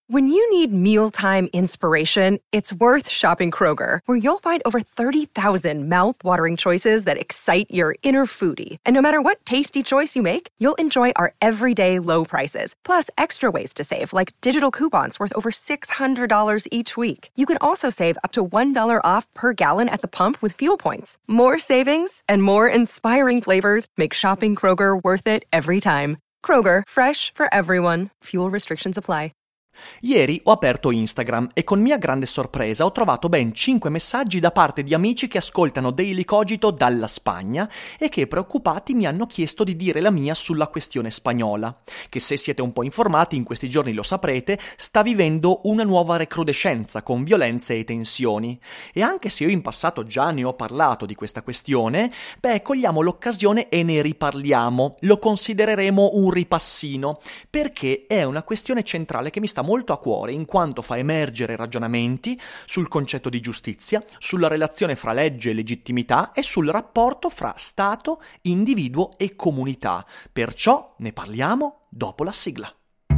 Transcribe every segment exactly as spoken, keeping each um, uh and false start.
When you need mealtime inspiration, it's worth shopping Kroger, where you'll find over thirty thousand mouth-watering choices that excite your inner foodie. And no matter what tasty choice you make, you'll enjoy our everyday low prices, plus extra ways to save, like digital coupons worth over six hundred dollars each week. You can also save up to one dollar off per gallon at the pump with fuel points. More savings and more inspiring flavors make shopping Kroger worth it every time. Kroger, fresh for everyone. Fuel restrictions apply. Ieri ho aperto Instagram e con mia grande sorpresa ho trovato ben cinque messaggi da parte di amici che ascoltano Daily Cogito dalla Spagna e che, preoccupati, mi hanno chiesto di dire la mia sulla questione spagnola, che, se siete un po' informati, in questi giorni lo saprete, sta vivendo una nuova recrudescenza con violenze e tensioni. E anche se io in passato già ne ho parlato di questa questione, beh, cogliamo l'occasione e ne riparliamo. Lo considereremo un ripassino, perché è una questione centrale che mi sta molto a cuore, in quanto fa emergere ragionamenti sul concetto di giustizia, sulla relazione fra legge e legittimità e sul rapporto fra Stato, individuo e comunità. Perciò ne parliamo dopo la sigla.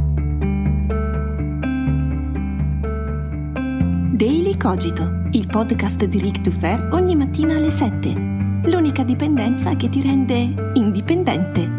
Daily Cogito, il podcast di Ric Dufer ogni mattina alle sette. L'unica dipendenza che ti rende indipendente.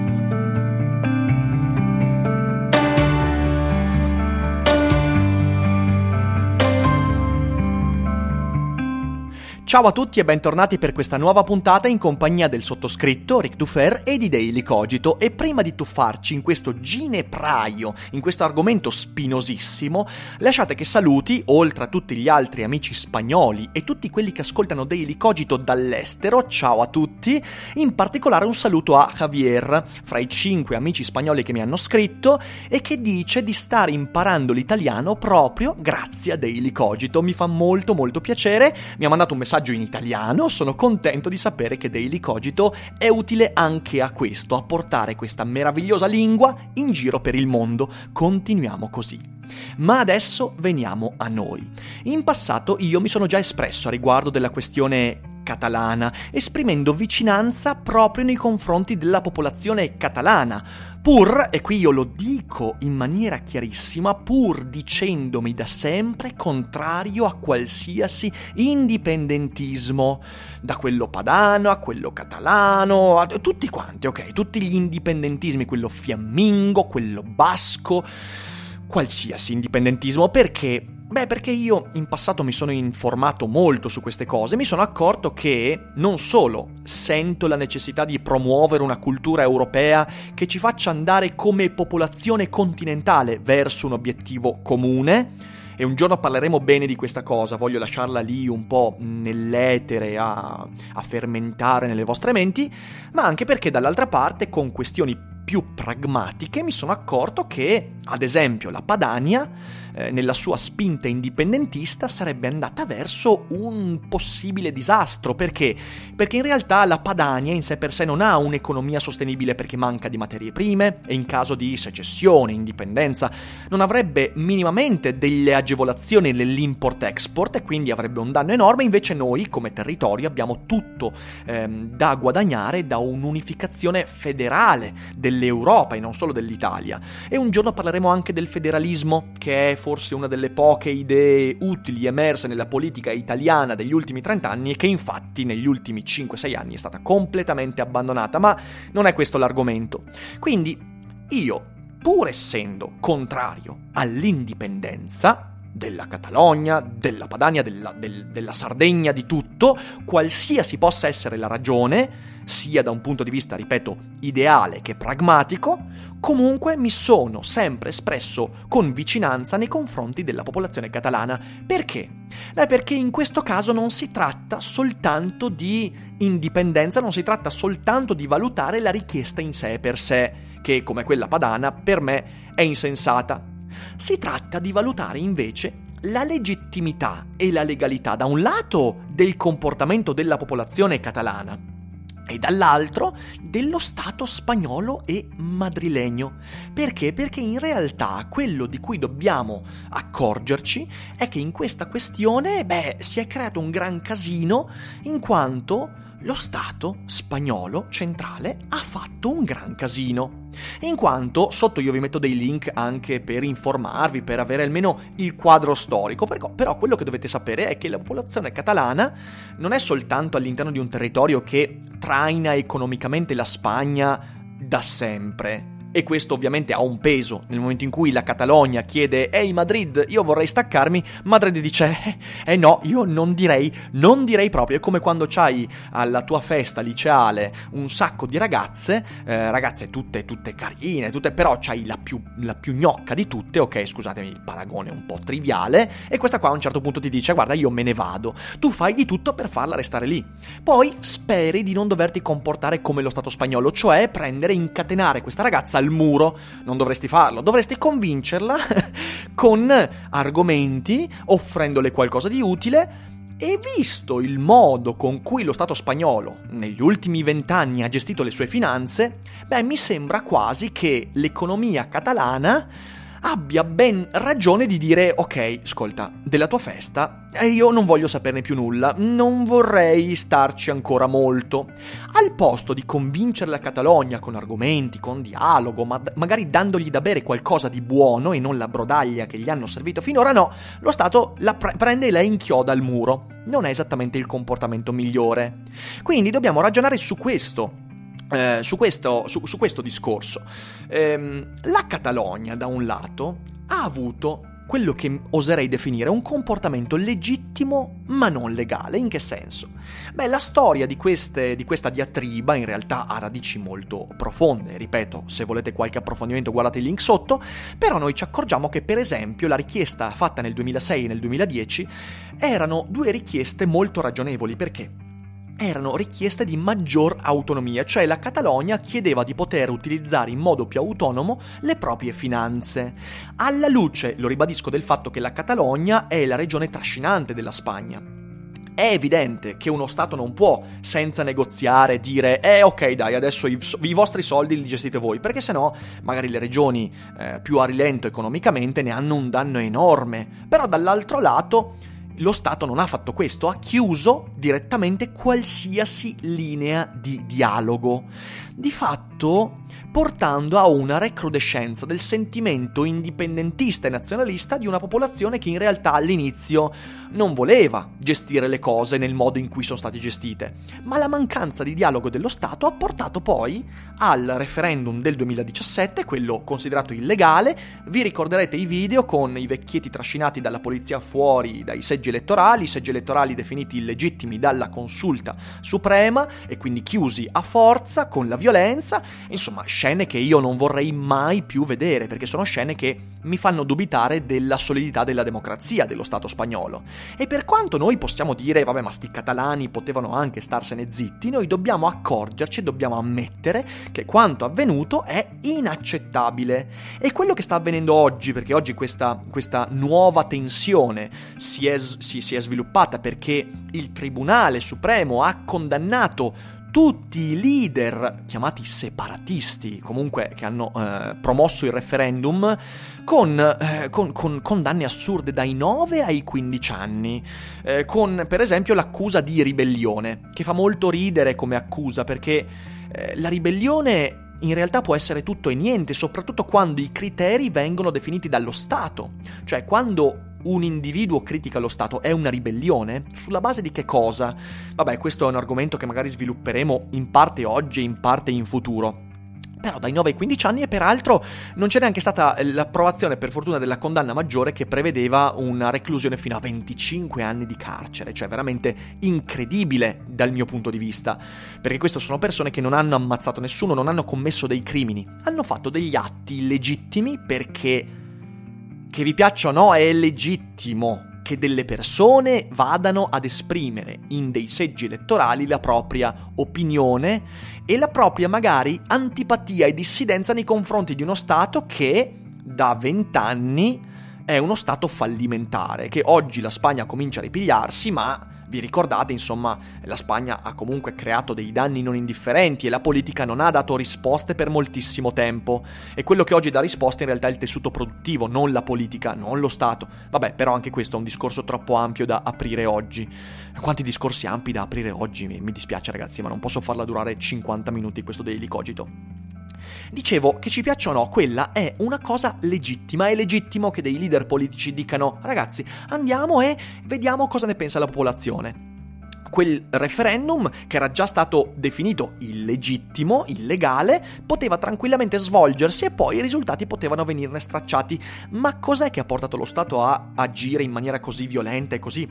Ciao a tutti e bentornati per questa nuova puntata in compagnia del sottoscritto, Ric Dufer, e di Daily Cogito. E prima di tuffarci in questo ginepraio, in questo argomento spinosissimo, lasciate che saluti, oltre a tutti gli altri amici spagnoli e tutti quelli che ascoltano Daily Cogito dall'estero, ciao a tutti, in particolare un saluto a Javier, fra i cinque amici spagnoli che mi hanno scritto e che dice di stare imparando l'italiano proprio grazie a Daily Cogito. Mi fa molto molto piacere, mi ha mandato un messaggio in italiano, sono contento di sapere che Daily Cogito è utile anche a questo, a portare questa meravigliosa lingua in giro per il mondo. Continuiamo così. Ma adesso veniamo a noi. In passato io mi sono già espresso a riguardo della questione catalana, esprimendo vicinanza proprio nei confronti della popolazione catalana, pur, e qui io lo dico in maniera chiarissima, pur dicendomi da sempre contrario a qualsiasi indipendentismo, da quello padano a quello catalano, a tutti quanti, ok? Tutti gli indipendentismi, quello fiammingo, quello basco, qualsiasi indipendentismo. Perché? Beh, perché io in passato mi sono informato molto su queste cose, mi sono accorto che non solo sento la necessità di promuovere una cultura europea che ci faccia andare come popolazione continentale verso un obiettivo comune, e un giorno parleremo bene di questa cosa, voglio lasciarla lì un po' nell'etere a, a fermentare nelle vostre menti, ma anche perché dall'altra parte, con questioni più pragmatiche, mi sono accorto che, ad esempio, la Padania, eh, nella sua spinta indipendentista, sarebbe andata verso un possibile disastro. Perché? Perché in realtà la Padania in sé per sé non ha un'economia sostenibile, perché manca di materie prime e in caso di secessione, indipendenza, non avrebbe minimamente delle agevolazioni nell'import-export e quindi avrebbe un danno enorme. Invece noi, come territorio, abbiamo tutto ehm, da guadagnare da un'unificazione federale dell'Europa e non solo dell'Italia. E un giorno parleremo anche del federalismo, che è forse una delle poche idee utili emerse nella politica italiana degli ultimi trent'anni e che infatti negli ultimi cinque sei anni è stata completamente abbandonata, ma non è questo l'argomento. Quindi io, pur essendo contrario all'indipendenza della Catalogna, della Padania, della, del, della Sardegna, di tutto, qualsiasi possa essere la ragione, sia da un punto di vista, ripeto, ideale che pragmatico, comunque mi sono sempre espresso con vicinanza nei confronti della popolazione catalana. Perché? Beh, perché in questo caso non si tratta soltanto di indipendenza, non si tratta soltanto di valutare la richiesta in sé per sé, che, come quella padana, per me è insensata. Si tratta di valutare invece la legittimità e la legalità, da un lato, del comportamento della popolazione catalana e dall'altro dello Stato spagnolo e madrilegno. Perché? Perché in realtà quello di cui dobbiamo accorgerci è che in questa questione, beh, si è creato un gran casino, in quanto lo Stato spagnolo centrale ha fatto un gran casino. In quanto, sotto io vi metto dei link anche per informarvi, per avere almeno il quadro storico, però quello che dovete sapere è che la popolazione catalana non è soltanto all'interno di un territorio che traina economicamente la Spagna da sempre. E questo ovviamente ha un peso. Nel momento in cui la Catalogna chiede «Ehi Madrid, io vorrei staccarmi», Madrid dice «Eh no, io non direi, non direi proprio». È come quando c'hai alla tua festa liceale un sacco di ragazze, eh, ragazze tutte, tutte carine, tutte, però c'hai la più, la più gnocca di tutte, ok, scusatemi il paragone un po' triviale, e questa qua a un certo punto ti dice «Guarda, io me ne vado». Tu fai di tutto per farla restare lì. Poi speri di non doverti comportare come lo Stato spagnolo, cioè prendere e incatenare questa ragazza al muro. Non dovresti farlo, dovresti convincerla con argomenti, offrendole qualcosa di utile. E visto il modo con cui lo Stato spagnolo negli ultimi vent'anni ha gestito le sue finanze, beh, mi sembra quasi che l'economia catalana abbia ben ragione di dire «Ok, ascolta, della tua festa eh, io non voglio saperne più nulla, non vorrei starci ancora molto». Al posto di convincere la Catalogna con argomenti, con dialogo, ma magari dandogli da bere qualcosa di buono e non la brodaglia che gli hanno servito finora, no, lo Stato la pre- prende e la inchioda al muro. Non è esattamente il comportamento migliore. Quindi dobbiamo ragionare su questo. Eh, su, questo, su, su questo discorso. Ehm, la Catalogna, da un lato, ha avuto quello che oserei definire un comportamento legittimo ma non legale. In che senso? Beh, la storia di, queste, di questa diatriba in realtà ha radici molto profonde. Ripeto, se volete qualche approfondimento guardate il link sotto, però noi ci accorgiamo che per esempio la richiesta fatta nel duemilasei e nel duemiladieci erano due richieste molto ragionevoli. Perché? Erano richieste di maggior autonomia, cioè la Catalogna chiedeva di poter utilizzare in modo più autonomo le proprie finanze. Alla luce, lo ribadisco, del fatto che la Catalogna è la regione trascinante della Spagna. È evidente che uno Stato non può, senza negoziare, dire «Eh, ok, dai, adesso i, i vostri soldi li gestite voi», perché sennò magari le regioni eh, più a rilento economicamente ne hanno un danno enorme. Però dall'altro lato lo Stato non ha fatto questo, ha chiuso direttamente qualsiasi linea di dialogo, di fatto portando a una recrudescenza del sentimento indipendentista e nazionalista di una popolazione che in realtà all'inizio non voleva gestire le cose nel modo in cui sono state gestite, ma la mancanza di dialogo dello Stato ha portato poi al referendum del duemiladiciassette, quello considerato illegale. Vi ricorderete i video con i vecchietti trascinati dalla polizia fuori dai seggi elettorali, i seggi elettorali definiti illegittimi dalla consulta suprema e quindi chiusi a forza con la violenza, insomma scene che io non vorrei mai più vedere, perché sono scene che mi fanno dubitare della solidità della democrazia dello Stato spagnolo. E per quanto noi possiamo dire vabbè, ma sti catalani potevano anche starsene zitti, noi dobbiamo accorgerci, dobbiamo ammettere che quanto avvenuto è inaccettabile. E quello che sta avvenendo oggi, perché oggi questa, questa nuova tensione si è, si, si è sviluppata perché il Tribunale Supremo ha condannato tutti i leader chiamati separatisti, comunque che hanno eh, promosso il referendum, con, eh, con, con condanne assurde dai nove ai quindici anni, eh, con per esempio l'accusa di ribellione, che fa molto ridere come accusa, perché eh, la ribellione in realtà può essere tutto e niente, soprattutto quando i criteri vengono definiti dallo Stato, cioè quando un individuo critica lo Stato è una ribellione? Sulla base di che cosa? Vabbè, questo è un argomento che magari svilupperemo in parte oggi e in parte in futuro. Però dai nove ai quindici anni, e peraltro non c'è neanche stata l'approvazione, per fortuna, della condanna maggiore che prevedeva una reclusione fino a venticinque anni di carcere, cioè veramente incredibile dal mio punto di vista, perché queste sono persone che non hanno ammazzato nessuno, non hanno commesso dei crimini, hanno fatto degli atti illegittimi perché, che vi piaccia o no, è legittimo che delle persone vadano ad esprimere in dei seggi elettorali la propria opinione e la propria magari antipatia e dissidenza nei confronti di uno Stato che da vent'anni è uno Stato fallimentare, che oggi la Spagna comincia a ripigliarsi, ma Vi ricordate, insomma, la Spagna ha comunque creato dei danni non indifferenti e la politica non ha dato risposte per moltissimo tempo. E quello che oggi dà risposte in realtà è il tessuto produttivo, non la politica, non lo Stato. Vabbè, però anche questo è un discorso troppo ampio da aprire oggi. Quanti discorsi ampi da aprire oggi? Mi, mi dispiace ragazzi, ma non posso farla durare cinquanta minuti questo Daily Cogito. Dicevo, che ci piaccia o no, quella è una cosa legittima. È legittimo che dei leader politici dicano: ragazzi, andiamo e vediamo cosa ne pensa la popolazione. Quel referendum, che era già stato definito illegittimo, illegale, poteva tranquillamente svolgersi e poi i risultati potevano venirne stracciati. Ma cos'è che ha portato lo Stato a agire in maniera così violenta e così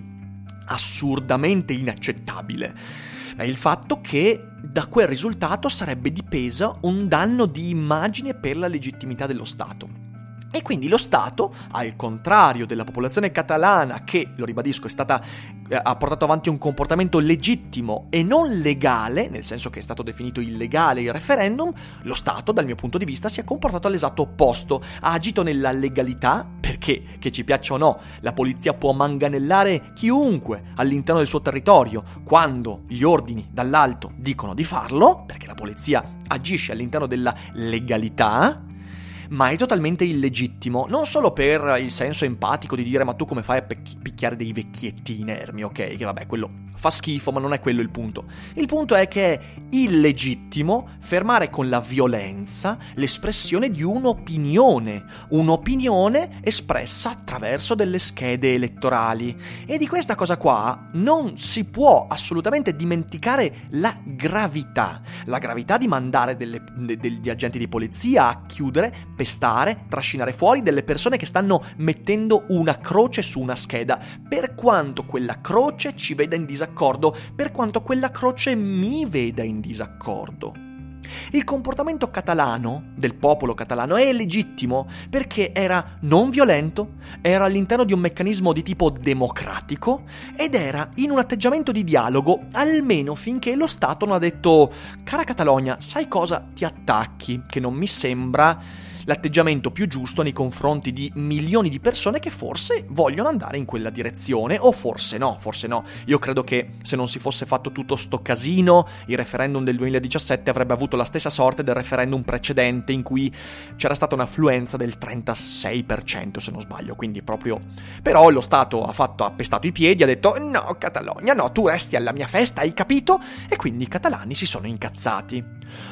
assurdamente inaccettabile? È il fatto che da quel risultato sarebbe dipeso un danno di immagine per la legittimità dello Stato. E quindi lo Stato, al contrario della popolazione catalana, che, lo ribadisco, è stata eh, ha portato avanti un comportamento legittimo e non legale, nel senso che è stato definito illegale il referendum, lo Stato, dal mio punto di vista, si è comportato all'esatto opposto. Ha agito nella legalità, perché, che ci piaccia o no, la polizia può manganellare chiunque all'interno del suo territorio quando gli ordini dall'alto dicono di farlo, perché la polizia agisce all'interno della legalità, ma è totalmente illegittimo, non solo per il senso empatico di dire: ma tu come fai a pecchi- picchiare dei vecchietti inermi, ok? Che vabbè, quello fa schifo, ma non è quello il punto. Il punto è che è illegittimo fermare con la violenza l'espressione di un'opinione, un'opinione espressa attraverso delle schede elettorali. E di questa cosa qua non si può assolutamente dimenticare la gravità, la gravità di mandare delle, de, degli agenti di polizia a chiudere, pestare, trascinare fuori delle persone che stanno mettendo una croce su una scheda, per quanto quella croce ci veda in disaccordo, per quanto quella croce mi veda in disaccordo. Il comportamento catalano, del popolo catalano, è legittimo perché era non violento, era all'interno di un meccanismo di tipo democratico ed era in un atteggiamento di dialogo, almeno finché lo Stato non ha detto: cara Catalogna, sai cosa? Ti attacchi, che non mi sembra l'atteggiamento più giusto nei confronti di milioni di persone che forse vogliono andare in quella direzione, o forse no, forse no. Io credo che se non si fosse fatto tutto sto casino, il referendum del duemiladiciassette avrebbe avuto la stessa sorte del referendum precedente, in cui c'era stata un'affluenza del trentasei per cento, se non sbaglio, quindi proprio... Però lo Stato ha fatto, ha pestato i piedi, ha detto: no, Catalogna, no, tu resti alla mia festa, hai capito? E quindi i catalani si sono incazzati.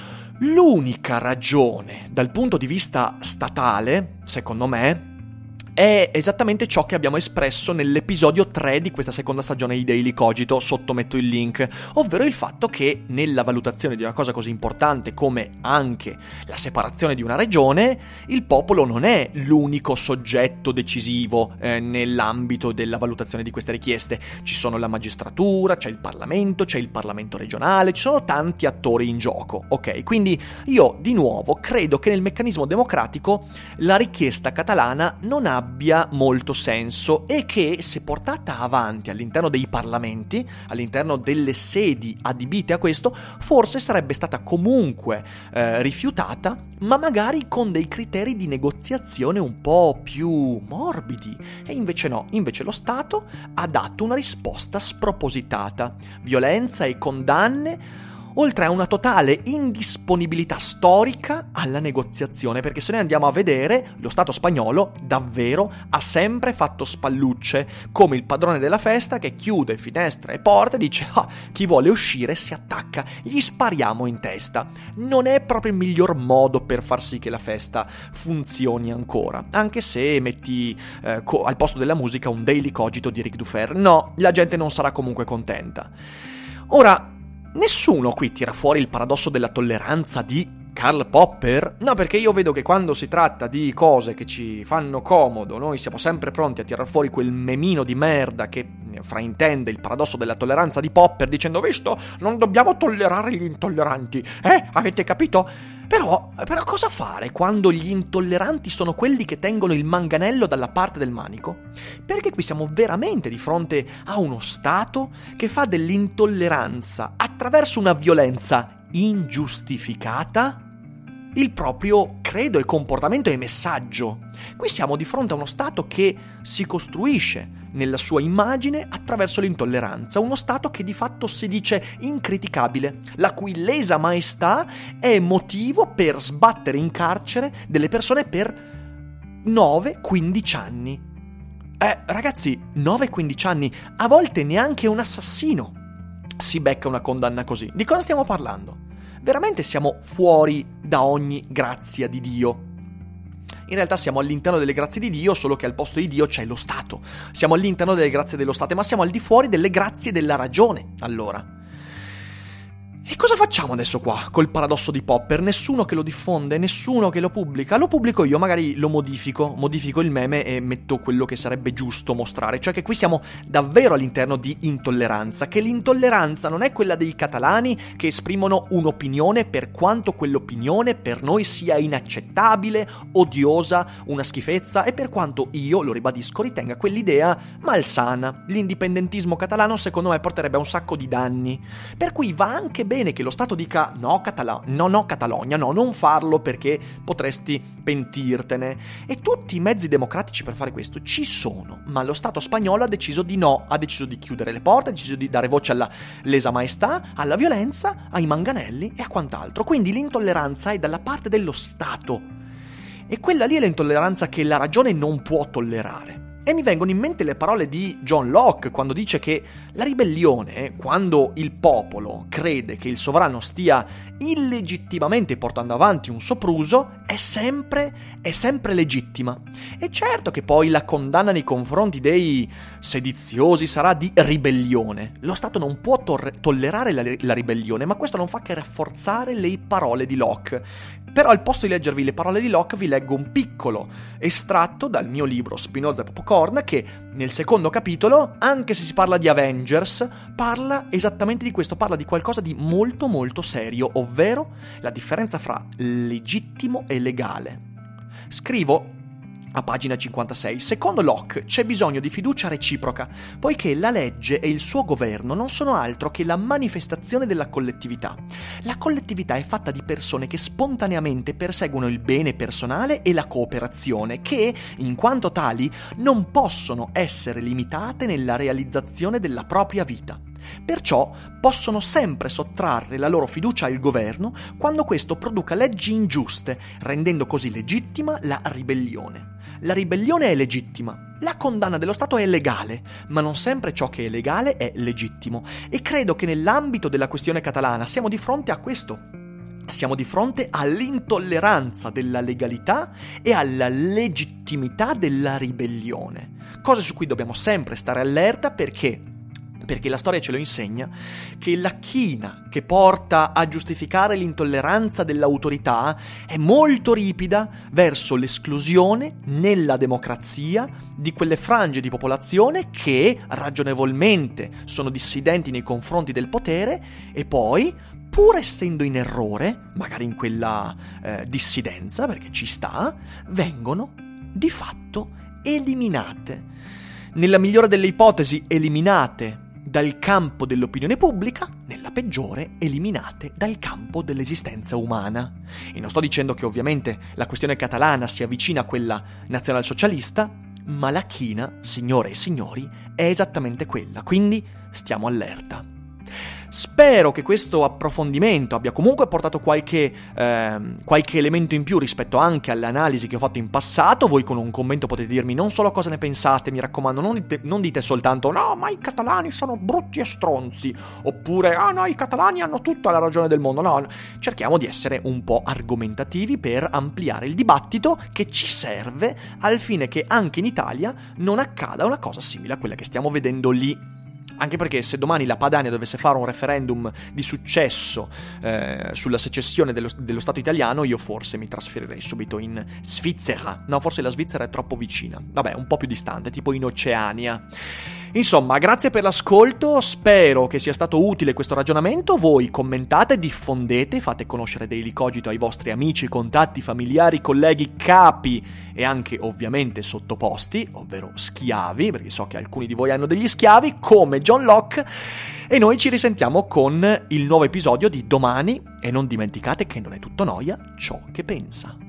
L'unica ragione dal punto di vista statale, secondo me, è esattamente ciò che abbiamo espresso nell'episodio tre di questa seconda stagione di Daily Cogito, sotto metto il link, ovvero il fatto che nella valutazione di una cosa così importante come anche la separazione di una regione, il popolo non è l'unico soggetto decisivo eh, nell'ambito della valutazione di queste richieste. Ci sono la magistratura, c'è il Parlamento, c'è il Parlamento regionale, ci sono tanti attori in gioco, ok? Quindi io, di nuovo, credo che nel meccanismo democratico la richiesta catalana non abbia abbia molto senso e che, se portata avanti all'interno dei parlamenti, all'interno delle sedi adibite a questo, forse sarebbe stata comunque eh, rifiutata, ma magari con dei criteri di negoziazione un po' più morbidi. E invece no, invece lo Stato ha dato una risposta spropositata: violenza e condanne, oltre a una totale indisponibilità storica alla negoziazione, perché se noi andiamo a vedere, lo Stato spagnolo davvero ha sempre fatto spallucce, come il padrone della festa che chiude finestre e porte e dice: ah, chi vuole uscire si attacca, gli spariamo in testa. Non è proprio il miglior modo per far sì che la festa funzioni ancora, anche se metti eh, co- al posto della musica un Daily Cogito di Ric Dufer. No, la gente non sarà comunque contenta. Ora, nessuno qui tira fuori il paradosso della tolleranza di Karl Popper? No, perché io vedo che quando si tratta di cose che ci fanno comodo, noi siamo sempre pronti a tirar fuori quel memino di merda che fraintende il paradosso della tolleranza di Popper, dicendo: visto, non dobbiamo tollerare gli intolleranti, eh? Avete capito? Però, però cosa fare quando gli intolleranti sono quelli che tengono il manganello dalla parte del manico? Perché qui siamo veramente di fronte a uno Stato che fa dell'intolleranza attraverso una violenza ingiustificata il proprio credo e comportamento e messaggio. Qui siamo di fronte a uno Stato che si costruisce nella sua immagine attraverso l'intolleranza, uno Stato che di fatto si dice incriticabile, la cui lesa maestà è motivo per sbattere in carcere delle persone per nove quindici anni. Eh, ragazzi, nove quindici anni, a volte neanche un assassino si becca una condanna così. Di cosa stiamo parlando? Veramente siamo fuori da ogni grazia di Dio. In realtà siamo all'interno delle grazie di Dio, solo che al posto di Dio c'è lo Stato. Siamo all'interno delle grazie dello Stato, ma siamo al di fuori delle grazie della ragione, allora. E cosa facciamo adesso qua col paradosso di Popper? Nessuno che lo diffonde, nessuno che lo pubblica. Lo pubblico io, magari lo modifico, modifico il meme e metto quello che sarebbe giusto mostrare. Cioè che qui siamo davvero all'interno di intolleranza, che l'intolleranza non è quella dei catalani che esprimono un'opinione per quanto quell'opinione per noi sia inaccettabile, odiosa, una schifezza e per quanto io, lo ribadisco, ritenga quell'idea malsana. L'indipendentismo catalano secondo me porterebbe a un sacco di danni. Per cui va anche bene che lo Stato dica no, Catala- no, no, Catalogna, no, non farlo perché potresti pentirtene. E tutti i mezzi democratici per fare questo ci sono, ma lo Stato spagnolo ha deciso di no, ha deciso di chiudere le porte, ha deciso di dare voce alla lesa maestà, alla violenza, ai manganelli e a quant'altro. Quindi l'intolleranza è dalla parte dello Stato. E quella lì è l'intolleranza che la ragione non può tollerare. E mi vengono in mente le parole di John Locke quando dice che la ribellione, quando il popolo crede che il sovrano stia illegittimamente portando avanti un sopruso, è sempre, è sempre legittima. E certo che poi la condanna nei confronti dei sediziosi sarà di ribellione. Lo Stato non può tor- tollerare la, la ribellione, ma questo non fa che rafforzare le parole di Locke. Però al posto di leggervi le parole di Locke vi leggo un piccolo estratto dal mio libro Spinoza e Popcorn che nel secondo capitolo, anche se si parla di Avengers, parla esattamente di questo, parla di qualcosa di molto molto serio, ovvero la differenza fra legittimo e legale. Scrivo a pagina cinquantasei, secondo Locke c'è bisogno di fiducia reciproca, poiché la legge e il suo governo non sono altro che la manifestazione della collettività. La collettività è fatta di persone che spontaneamente perseguono il bene personale e la cooperazione, che, in quanto tali, non possono essere limitate nella realizzazione della propria vita. Perciò possono sempre sottrarre la loro fiducia al governo quando questo produca leggi ingiuste, rendendo così legittima la ribellione. La ribellione è legittima, la condanna dello Stato è legale, ma non sempre ciò che è legale è legittimo. E credo che nell'ambito della questione catalana siamo di fronte a questo. Siamo di fronte all'intolleranza della legalità e alla legittimità della ribellione. Cose su cui dobbiamo sempre stare allerta perché... perché la storia ce lo insegna, che la china che porta a giustificare l'intolleranza dell'autorità è molto ripida verso l'esclusione nella democrazia di quelle frange di popolazione che ragionevolmente sono dissidenti nei confronti del potere e poi, pur essendo in errore, magari in quella eh, dissidenza, perché ci sta, vengono di fatto eliminate. Nella migliore delle ipotesi eliminate dal campo dell'opinione pubblica, nella peggiore eliminate dal campo dell'esistenza umana. E non sto dicendo che ovviamente la questione catalana si avvicina a quella nazionalsocialista, ma la china, signore e signori, è esattamente quella, quindi stiamo allerta. Spero che questo approfondimento abbia comunque portato qualche, ehm, qualche elemento in più rispetto anche all'analisi che ho fatto in passato. Voi con un commento potete dirmi non solo cosa ne pensate, mi raccomando, non dite, non dite soltanto no, ma i catalani sono brutti e stronzi, oppure ah no, i catalani hanno tutta la ragione del mondo. No, cerchiamo di essere un po' argomentativi per ampliare il dibattito che ci serve al fine che anche in Italia non accada una cosa simile a quella che stiamo vedendo lì. Anche perché se domani la Padania dovesse fare un referendum di successo eh, sulla secessione dello, dello Stato italiano, io forse mi trasferirei subito in Svizzera. No, forse la Svizzera è troppo vicina. Vabbè, un po' più distante, tipo in Oceania. Insomma, grazie per l'ascolto, spero che sia stato utile questo ragionamento. Voi commentate, diffondete, fate conoscere Daily Cogito ai vostri amici, contatti, familiari, colleghi, capi e anche ovviamente sottoposti, ovvero schiavi, perché so che alcuni di voi hanno degli schiavi, come John Locke. E noi ci risentiamo con il nuovo episodio di domani, E non dimenticate che non è tutto noia ciò che pensa.